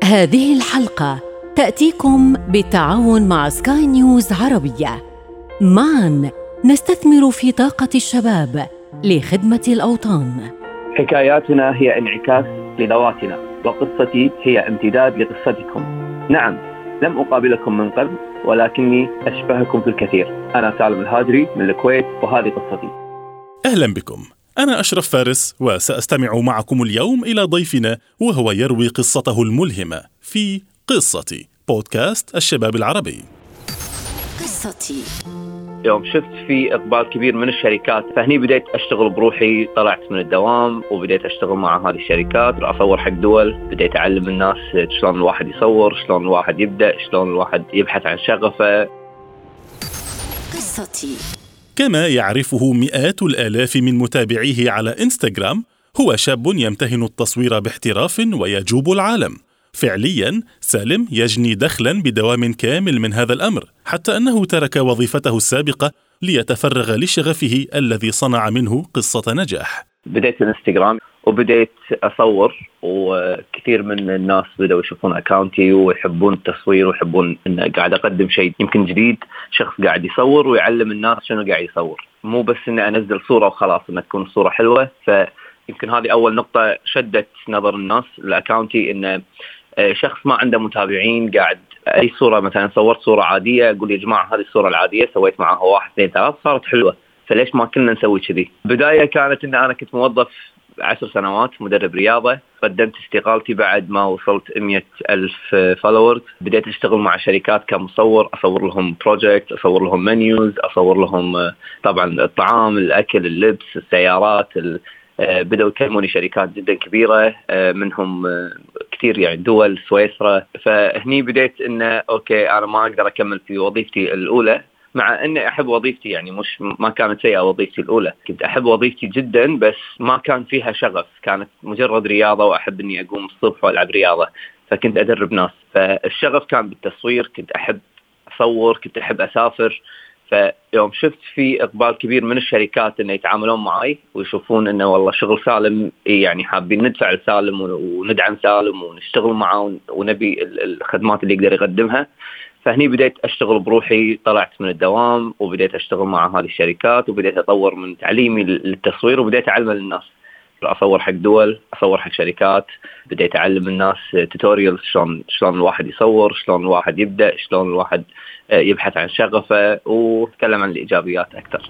هذه الحلقة تأتيكم بالتعاون مع سكاي نيوز عربية. معاً نستثمر في طاقة الشباب لخدمة الأوطان. حكاياتنا هي انعكاس لذواتنا، وقصتي هي امتداد لقصتكم. نعم، لم أقابلكم من قبل، ولكني أشبهكم في الكثير. أنا سالم الهاجري من الكويت، وهذه قصتي. أهلا بكم، أنا أشرف فارس، وسأستمع معكم اليوم إلى ضيفنا وهو يروي قصته الملهمة في قصتي، بودكاست الشباب العربي. قصتي. يوم شفت في إقبال كبير من الشركات، فهني بديت أشتغل بروحي. طلعت من الدوام وبديت أشتغل مع هذه الشركات، أصور حق دول. بديت أعلم الناس شلون الواحد يصور، شلون الواحد يبدأ، شلون الواحد يبحث عن شغفه. قصتي. كما يعرفه مئات الآلاف من متابعيه على إنستغرام، هو شاب يمتهن التصوير باحتراف ويجوب العالم. فعلياً سالم يجني دخلاً بدوام كامل من هذا الأمر، حتى أنه ترك وظيفته السابقة ليتفرغ لشغفه الذي صنع منه قصة نجاح. بديت الانستغرام وبديت أصور، وكثير من الناس بدأوا يشوفون أكاونتي ويحبون التصوير ويحبون أن قاعد أقدم شيء يمكن جديد، شخص قاعد يصور ويعلم الناس شنو قاعد يصور، مو بس أن أنزل صورة وخلاص أن تكون الصورة حلوة. فيمكن هذه أول نقطة شدت نظر الناس لأكاونتي، أن شخص ما عنده متابعين قاعد أي صورة، مثلا صورت صورة عادية أقول يا جماعة هذه الصورة العادية سويت معها 1 2 3 صارت حلوة، فليش ما كنا نسوي كذي؟ بداية كانت أن أنا كنت موظف 10 سنوات مدرب رياضة، قدمت استقالتي بعد ما وصلت 100,000 فولورز. بديت أشتغل مع شركات كمصور، أصور لهم بروجكت، أصور لهم منيوز، أصور لهم طبعا الطعام، الأكل، اللبس، السيارات. بدأوا يكلموني شركات جدا كبيرة، منهم كثير يعني دول، سويسرا. فهني بديت إنه أوكي أنا ما أقدر أكمل في وظيفتي الأولى، مع أني أحب وظيفتي، يعني ما كانت سيئة وظيفتي الأولى، كنت أحب وظيفتي جدا، بس ما كان فيها شغف، كانت مجرد رياضة وأحب أني أقوم الصبح وألعب رياضة، فكنت أدرب ناس. فالشغف كان بالتصوير، كنت أحب أصور، كنت أحب أسافر. فيوم شفت في إقبال كبير من الشركات إنه يتعاملون معي ويشوفون إنه والله شغل سالم، يعني حابين ندفع لسالم وندعم سالم ونشتغل معه ونبي الخدمات اللي يقدر يقدمها. فهني بديت أشتغل بروحي. طلعت من الدوام وبديت أشتغل مع هذه الشركات، وبديت أطور من تعليمي للتصوير، وبديت أعلم الناس، أصور حق دول، أصور حق شركات. بديت أعلم الناس توتوريال شلون الواحد يصور، شلون الواحد يبدأ، شلون الواحد يبحث عن شغفه، وتكلم عن الإيجابيات أكثر.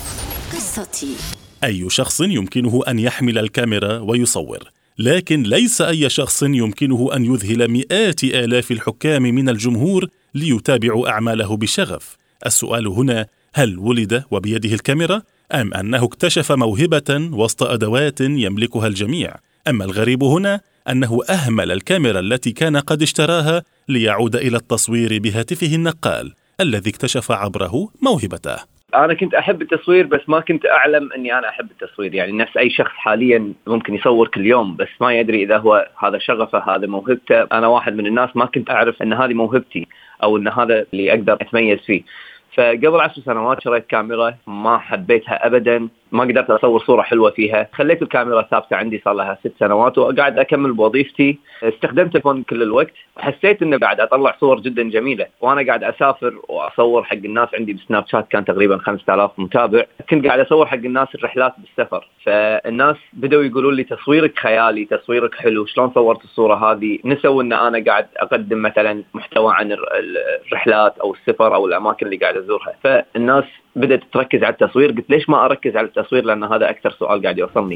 قصتي. أي شخص يمكنه أن يحمل الكاميرا ويصور، لكن ليس أي شخص يمكنه أن يذهل مئات آلاف الحكام من الجمهور ليتابعوا أعماله بشغف. السؤال هنا، هل ولد وبيده الكاميرا، أم أنه اكتشف موهبة وسط أدوات يملكها الجميع؟ أما الغريب هنا أنه أهمل الكاميرا التي كان قد اشتراها ليعود إلى التصوير بهاتفه النقال الذي اكتشف عبره موهبته. أنا كنت أحب التصوير، بس ما كنت أعلم أني أنا أحب التصوير، يعني نفس أي شخص حاليا ممكن يصور كل يوم، بس ما يدري إذا هو هذا شغفه، هذا موهبته. أنا واحد من الناس ما كنت أعرف أن هذه موهبتي أو أن هذا اللي أقدر أتميز فيه. فقبل 10 سنوات شريت كاميرا، ما حبيتها أبدا، ما قدرت أصور صورة حلوة فيها. خليت الكاميرا ثابتة عندي صار لها 6 سنوات وقاعد أكمل بوظيفتي. استخدمت تلفون كل الوقت، حسيت إنه قاعد أطلع صور جدا جميلة وأنا قاعد أسافر وأصور حق الناس. عندي بسناب شات كان تقريبا 5000 متابع، كنت قاعد أصور حق الناس الرحلات بالسفر. فالناس بدأوا يقولون لي تصويرك خيالي، تصويرك حلو، شلون صورت الصورة هذه؟ نسوا إن أنا قاعد أقدم مثلا محتوى عن الرحلات أو السفر أو الأماكن اللي قاعد أزورها. فالناس بدأت تركز على التصوير، قلت ليش ما أركز على التصوير، لأن هذا أكثر سؤال قاعد يوصلني.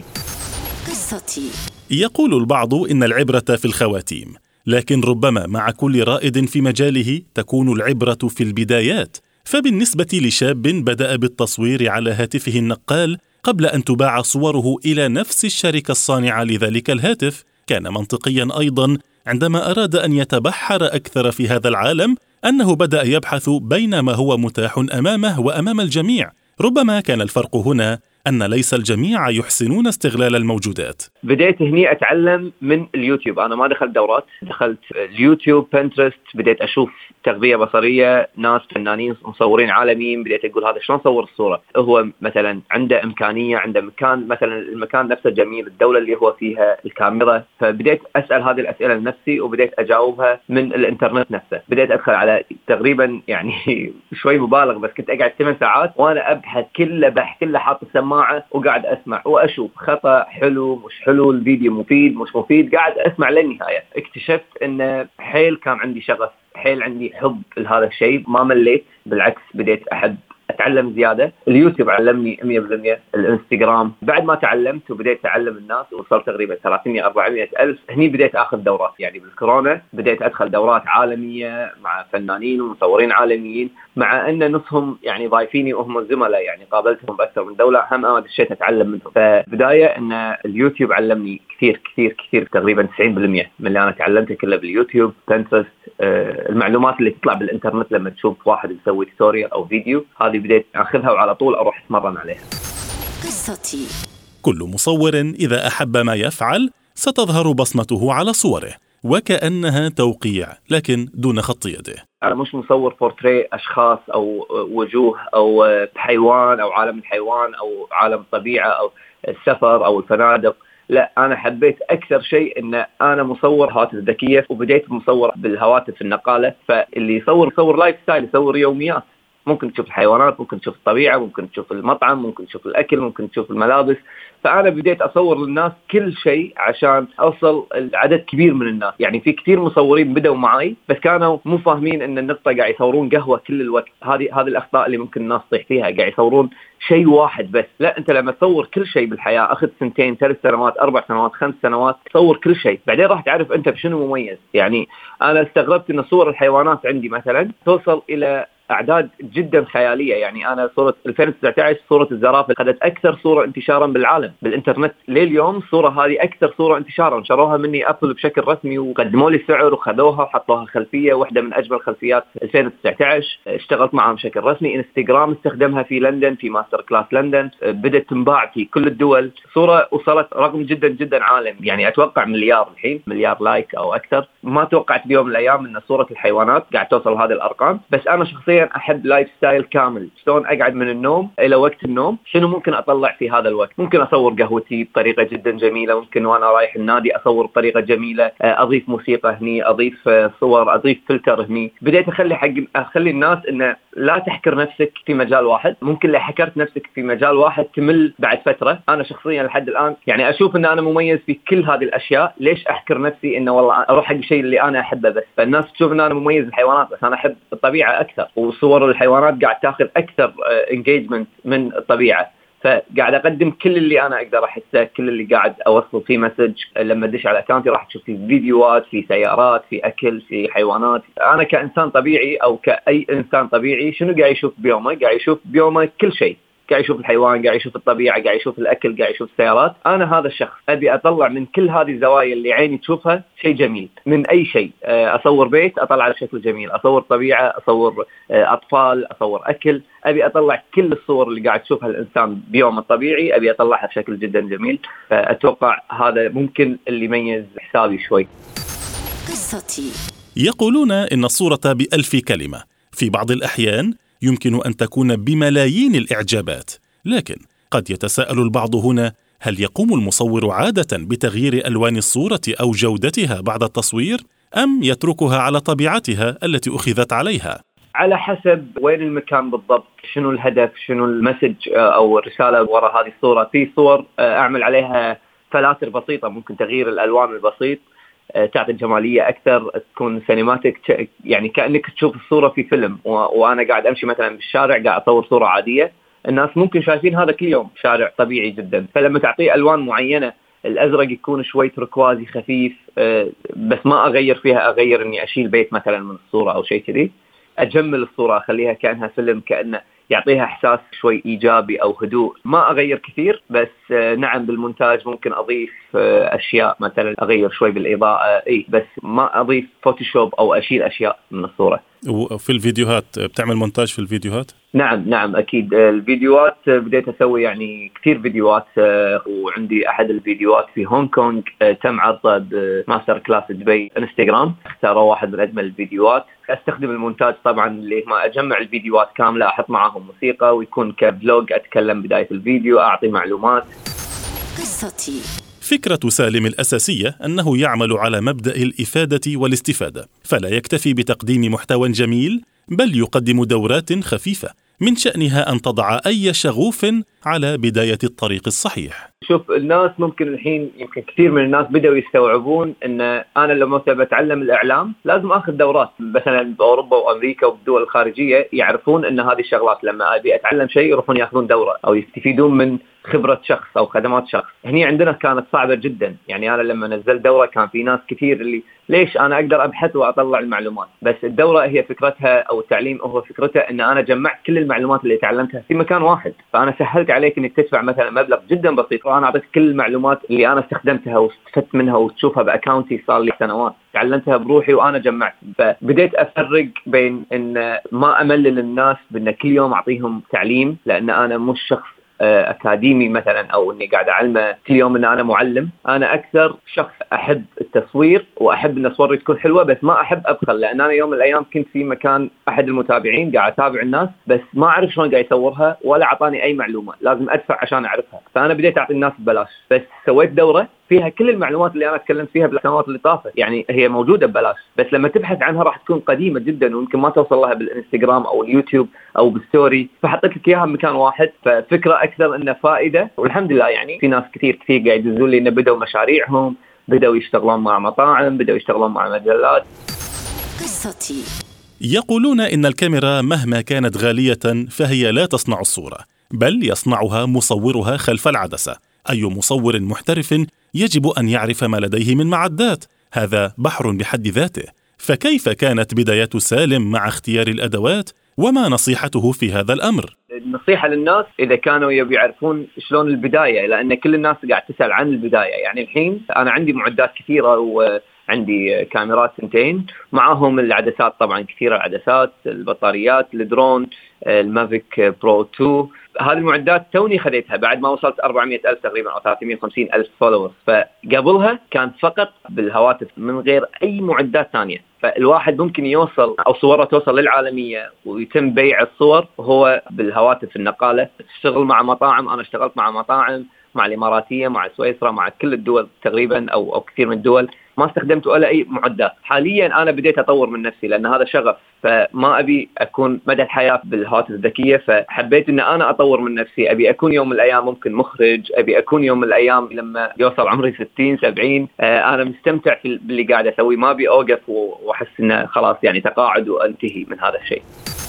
قصتي. يقول البعض إن العبرة في الخواتيم، لكن ربما مع كل رائد في مجاله تكون العبرة في البدايات. فبالنسبة لشاب بدأ بالتصوير على هاتفه النقال قبل أن تباع صوره إلى نفس الشركة الصانعة لذلك الهاتف، كان منطقيا أيضا عندما أراد أن يتبحر أكثر في هذا العالم أنه بدأ يبحث بين ما هو متاح أمامه وأمام الجميع. ربما كان الفرق هنا أن ليس الجميع يحسنون استغلال الموجودات. بديت هني أتعلم من اليوتيوب. أنا ما دخلت دورات، دخلت اليوتيوب، بنترست، بديت أشوف تغذية بصرية، ناس فنانين مصورين عالميين، بديت أقول هذا شلون صور الصورة. هو مثلا عنده إمكانية، عنده مكان، مثلا المكان نفسه جميل، الدولة اللي هو فيها، الكاميرا. فبديت أسأل هذه الأسئلة لنفسي وبديت أجاوبها من الإنترنت نفسه. بديت أدخل على تقريبا يعني شوي مبالغ، بس كنت أقعد 8 ساعات وأنا أبحث، كله حاط السماعة وقاعد أسمع وأشوف خطأ، حلو مش حلو، الفيديو مفيد مش مفيد، قاعد أسمع للنهاية. اكتشفت أن حيل كان عندي شغف، حيل عندي حب لهذا الشيء، ما مليت، بالعكس بديت أحب أتعلم زيادة. اليوتيوب علمني 100%، الانستغرام بعد ما تعلمت وبديت أعلم الناس وصلت تقريبا 300-400 ألف. هني بديت أخذ دورات، يعني بالكورونا بديت أدخل دورات عالمية مع فنانين ومصورين عالميين، مع أن نصهم يعني ضايفيني وهم زملاء، يعني قابلتهم بأكثر من دولة، هم أنا دشيت أتعلم منهم. فبداية أن اليوتيوب علمني كثير كثير كثير، تقريبا 90% من اللي أنا تعلمته كله باليوتيوب، بنترست، المعلومات اللي تطلع بالإنترنت لما تشوف واحد يسوي توتوريال أو فيديو، هذه بديت أخذها وعلى طول أروح أتمرن عليها. قصتي. كل مصور إذا أحب ما يفعل ستظهر بصمته على صوره وكأنها توقيع، لكن دون خط يده. أنا مش مصور بورتريه أشخاص أو وجوه أو حيوان أو عالم الحيوان أو عالم الطبيعة أو السفر أو الفنادق، لا، أنا حبيت أكثر شيء إن أنا مصور هواتف ذكية، وبديت مصور بالهواتف النقالة. فاللي يصور لايف ستايل، يصور يوميات، ممكن تشوف الحيوانات، ممكن تشوف الطبيعة، ممكن تشوف المطعم، ممكن تشوف الأكل، ممكن تشوف الملابس. فأنا بديت أصور للناس كل شيء عشان أوصل العدد كبير من الناس. يعني في كثير مصورين بدوا معي بس كانوا مو فاهمين إن النقطة قاعد يصورون قهوة كل الوقت. هذه الأخطاء اللي ممكن الناس تطيح فيها، قاعد يصورون شيء واحد بس. لا، أنت لما تصور كل شيء بالحياة، أخذ 2 3 سنوات 4 سنوات 5 سنوات تصور كل شيء، بعدين راح تعرف أنت بشنو مميز. يعني أنا استغربت إن صور الحيوانات عندي مثلا توصل إلى أعداد جدا خيالية. يعني أنا صورة 2019 صورة الزرافة أخذت أكثر صورة انتشارا بالعالم بالإنترنت لليوم. الصورة هذه أكثر صورة انتشارا، شروها مني أبل بشكل رسمي وقدموا لي سعر وخذوها وحطوها خلفية، واحدة من أجمل خلفيات 2019. اشتغلت معهم بشكل رسمي. إنستغرام استخدمها في لندن في ماستر كلاس لندن، بدأت تنباع في كل الدول. صورة وصلت رقم جدا جدا عالم، يعني أتوقع مليار الحين، مليار لايك أو أكثر. ما توقعت بيوم من الأيام أن صورة الحيوانات قاعد توصل هذه الأرقام. بس أنا شخصيا أحب لايف ستايل كامل، شلون أقعد من النوم إلى وقت النوم، شنو ممكن أطلع في هذا الوقت. ممكن أصور قهوتي بطريقة جدا جميلة، ممكن وأنا رايح النادي أصور بطريقة جميلة، أضيف موسيقى هني، أضيف صور، أضيف فلتر هني. بديت أخلي الناس إن لا تحكر نفسك في مجال واحد. ممكن لو حكرت نفسك في مجال واحد تمل بعد فترة. أنا شخصيا لحد الآن يعني أشوف إن أنا مميز في كل هذه الأشياء، ليش أحكر نفسي إنه والله أروح حق شيء اللي أنا أحبه بس. فالناس تشوف إن أنا مميز بالحيوانات بس أنا أحب الطبيعة أكثر، وصور الحيوانات قاعد تاخذ أكثر engagement من الطبيعة. فقاعد أقدم كل اللي أنا أقدر أحسه، كل اللي قاعد أوصل فيه مسج. لما أدش على أكاونتي راح تشوف في فيديوهات، في سيارات، في أكل، في حيوانات. أنا كإنسان طبيعي أو كأي إنسان طبيعي شنو قاعد يشوف بيومه؟ قاعد يشوف بيومه كل شيء، قاعد يشوف الحيوان، قاعد يشوف الطبيعة، قاعد يشوف الأكل، قاعد يشوف السيارات. أنا هذا الشخص أبي أطلع من كل هذه الزوايا اللي عيني تشوفها شيء جميل. من أي شيء أصور بيت أطلع على شكل جميل، أصور طبيعة، أصور أطفال، أصور أكل. أبي أطلع كل الصور اللي قاعد تشوفها الإنسان بيوم الطبيعي أبي أطلعها بشكل جدا جميل. أتوقع هذا ممكن اللي يميز حسابي شوي. قصتي. يقولون إن الصورة ب1000 كلمة، في بعض الأحيان يمكن أن تكون بملايين الإعجابات، لكن قد يتساءل البعض هنا: هل يقوم المصور عادة بتغيير ألوان الصورة أو جودتها بعد التصوير، أم يتركها على طبيعتها التي أخذت عليها؟ على حسب وين المكان بالضبط، شنو الهدف، شنو المسج أو الرسالة وراء هذه الصورة. في صور أعمل عليها فلاتر بسيطة، ممكن تغيير الألوان البسيط تعطي جمالية أكثر، تكون سينماتيك، يعني كأنك تشوف الصورة في فيلم. وأنا قاعد أمشي مثلا بالشارع قاعد أصور صورة عادية، الناس ممكن شايفين هذا كل يوم شارع طبيعي جدا. فلما تعطيه ألوان معينة، الأزرق يكون شوي تركوازي خفيف، بس ما أغير فيها، أغير إني أشيل بيت مثلا من الصورة أو شيء كذي، أجمل الصورة، أخليها كأنها فيلم، يعطيها إحساس شوي إيجابي أو هدوء. ما أغير كثير، بس نعم بالمونتاج ممكن أضيف أشياء، مثلا أغير شوي بالإضاءة، بس ما أضيف فوتوشوب أو أشيل أشياء من الصورة. وفي الفيديوهات بتعمل مونتاج في الفيديوهات؟ نعم أكيد. الفيديوهات بديت أسوي يعني كثير فيديوهات، وعندي أحد الفيديوهات في هونغ كونغ تم عرضه بماستر كلاس دبي انستغرام، اختاروا واحد من أجمل الفيديوهات. أستخدم المونتاج طبعا اللي ما أجمع الفيديوهات كاملة، أحط معهم موسيقى ويكون كفلوج، أتكلم بداية الفيديو، أعطي معلومات. قصتي. فكرة سالم الأساسية أنه يعمل على مبدأ الإفادة والاستفادة، فلا يكتفي بتقديم محتوى جميل، بل يقدم دورات خفيفة من شأنها أن تضع أي شغوف على بداية الطريق الصحيح. شوف، الناس ممكن الحين يمكن كثير من الناس بدأوا يستوعبون أن أنا لما بتعلم الإعلام لازم أخذ دورات، مثلا بأوروبا وأمريكا وبالدول الخارجية يعرفون أن هذه الشغلات لما أبي أتعلم شيء يروحون يأخذون دورة أو يستفيدون من خبرة شخص أو خدمات شخص. هني عندنا كانت صعبة جدا، يعني أنا لما نزلت دورة كان في ناس كثير اللي ليش أنا أقدر أبحث وأطلع المعلومات، بس الدورة هي فكرتها أو التعليم هو فكرته أن أنا جمعت كل المعلومات اللي تعلمتها في مكان واحد، فأنا سهلت عليك أنك تدفع مثلا مبلغ جدا بسيط وأنا أعطيك كل المعلومات اللي أنا استخدمتها واستفدت منها وتشوفها بأكاونتي صار لي سنوات، تعلمتها بروحي وأنا جمعت. فبديت أفرق بين أن ما أملل الناس بأن كل يوم أعطيهم تعليم، لأن أنا مش شخص أكاديمي مثلا أو أني قاعد أعلمه كل يوم أن أنا معلم. أنا أكثر شخص أحب التصوير وأحب أن الصور تكون حلوة، بس ما أحب أبخل، لأن أنا يوم من الأيام كنت في مكان أحد المتابعين قاعد أتابع الناس بس ما أعرف شلون قاعد يصورها ولا أعطاني أي معلومة، لازم أدفع عشان أعرفها. فأنا بديت أعطي الناس ببلاش، بس سويت دورة فيها كل المعلومات اللي أنا تكلمت فيها بالسنوات اللي طافت، يعني هي موجودة ببلاش، بس لما تبحث عنها راح تكون قديمة جدا ويمكن ما توصل لها بالإنستغرام أو اليوتيوب أو بالستوري، فحطيت لك إياها بمكان واحد. ففكرة أكثر إنه فائدة، والحمد لله يعني في ناس كثير قاعد يدزون لي إنه بدأوا مشاريعهم، بدأوا يشتغلون مع مطاعم، بدأوا يشتغلون مع مجلات. قصتي. يقولون إن الكاميرا مهما كانت غالية فهي لا تصنع الصورة، بل يصنعها مصورها خلف العدسة. أي مصور محترف يجب أن يعرف ما لديه من معدات، هذا بحر بحد ذاته. فكيف كانت بدايات سالم مع اختيار الأدوات، وما نصيحته في هذا الأمر؟ النصيحة للناس إذا كانوا يبي يعرفون شلون البداية، لأن كل الناس قاعد تسأل عن البداية. يعني الحين أنا عندي معدات كثيرة وعندي كاميرات 2 معاهم العدسات طبعا كثيرة، العدسات، البطاريات، الدرون، المافيك برو 2. هذه المعدات توني خذيتها بعد ما وصلت 400,000 تقريبا أو 350,000 فولورز، فقبلها كان فقط بالهواتف من غير أي معدات ثانية. فالواحد ممكن يوصل أو صوره توصل للعالمية ويتم بيع الصور وهو بالهواتف النقالة. تشتغل مع مطاعم، أنا اشتغلت مع مطاعم، مع الإماراتية، مع سويسرا، مع كل الدول تقريبا أو كثير من الدول، ما استخدمت ولا أي معدات. حاليا أنا بديت أطور من نفسي لأن هذا شغف، فما أبي أكون مدى الحياة بالهواتف الذكية، فحبيت أن أنا أطور من نفسي. أبي أكون يوم من الأيام ممكن مخرج، أبي أكون يوم من الأيام لما يوصل عمري 60-70 أنا مستمتع باللي قاعد أسوي، ما أبي أوقف وأحس أنه خلاص يعني تقاعد وأنتهي من هذا الشيء.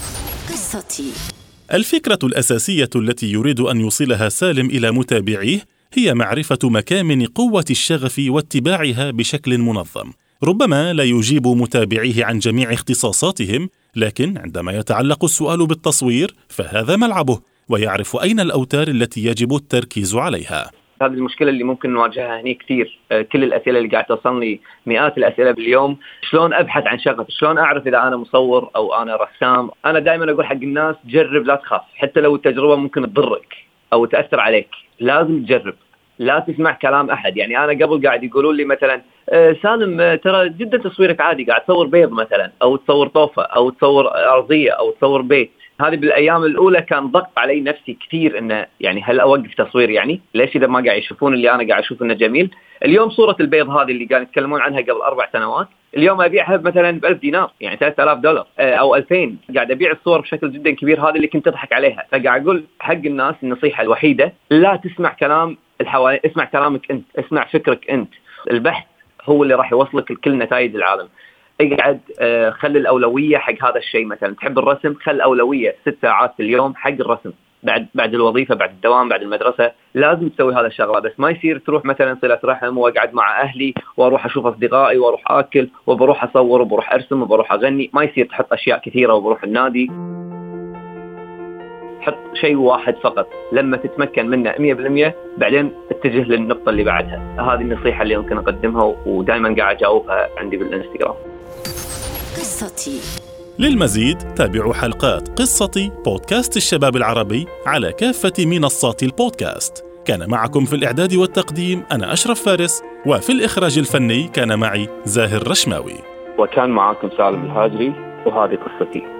قصتي. الفكرة الأساسية التي يريد أن يوصلها سالم إلى متابعيه هي معرفة مكامن قوة الشغف واتباعها بشكل منظم. ربما لا يجيب متابعيه عن جميع اختصاصاتهم، لكن عندما يتعلق السؤال بالتصوير فهذا ملعبه، ويعرف أين الأوتار التي يجب التركيز عليها. هذه المشكلة اللي ممكن نواجهها هني كثير. كل الأسئلة اللي قاعد توصلني، مئات الأسئلة باليوم، شلون أبحث عن شغف، شلون أعرف إذا أنا مصور أو أنا رسام. أنا دائما أقول حق الناس جرب، لا تخاف، حتى لو التجربة ممكن تضرك أو تأثر عليك، لازم تجرب، لا تسمع كلام أحد. يعني أنا قبل قاعد يقولون لي مثلا سالم ترى جدا تصويرك عادي، قاعد تصور بيض مثلا أو تصور طوفة أو تصور أرضية أو تصور بيت. هذه بالأيام الأولى كان ضغط علي نفسي كثير إنه يعني هل أوقف تصوير، يعني ليش إذا ما قاعد يشوفون اللي أنا قاعد أشوف إنه جميل. اليوم صورة البيض هذه اللي قاعد يتكلمون عنها قبل 4 سنوات اليوم أبيعها مثلا ب$1000 دينار، يعني $3000 أو 2000. قاعد أبيع الصور بشكل جدا كبير، هذه اللي كنت أضحك عليها. فقاعد أقول حق الناس النصيحة الوحيدة، لا تسمع كلام الحوالي، اسمع كلامك أنت، اسمع فكرك أنت. البحث هو اللي راح يوصلك لكل نتائج العالم. اقعد خلي الأولوية حق هذا الشيء. مثلا تحب الرسم، خل أولوية 6 ساعات في اليوم حق الرسم، بعد الوظيفة، بعد الدوام، بعد المدرسة، لازم تسوي هذا الشغلة. بس ما يصير تروح مثلا صلة رحم وأقعد مع أهلي وأروح أشوف أصدقائي وأروح أكل وبروح أصور وبروح أرسم وبروح أغني. ما يصير تحط أشياء كثيرة وبروح النادي. حط شيء واحد فقط، لما تتمكن منه 100% بعدين اتجه للنقطة اللي بعدها. هذه النصيحة اللي ممكن أقدمها ودائما قاعد أجاوبها عندي بالإنستغرام. قصتي. للمزيد تابعوا حلقات قصتي بودكاست الشباب العربي على كافة منصات البودكاست. كان معكم في الإعداد والتقديم أنا أشرف فارس، وفي الإخراج الفني كان معي زاهر رشماوي، وكان معاكم سالم الهاجري، وهذه قصتي.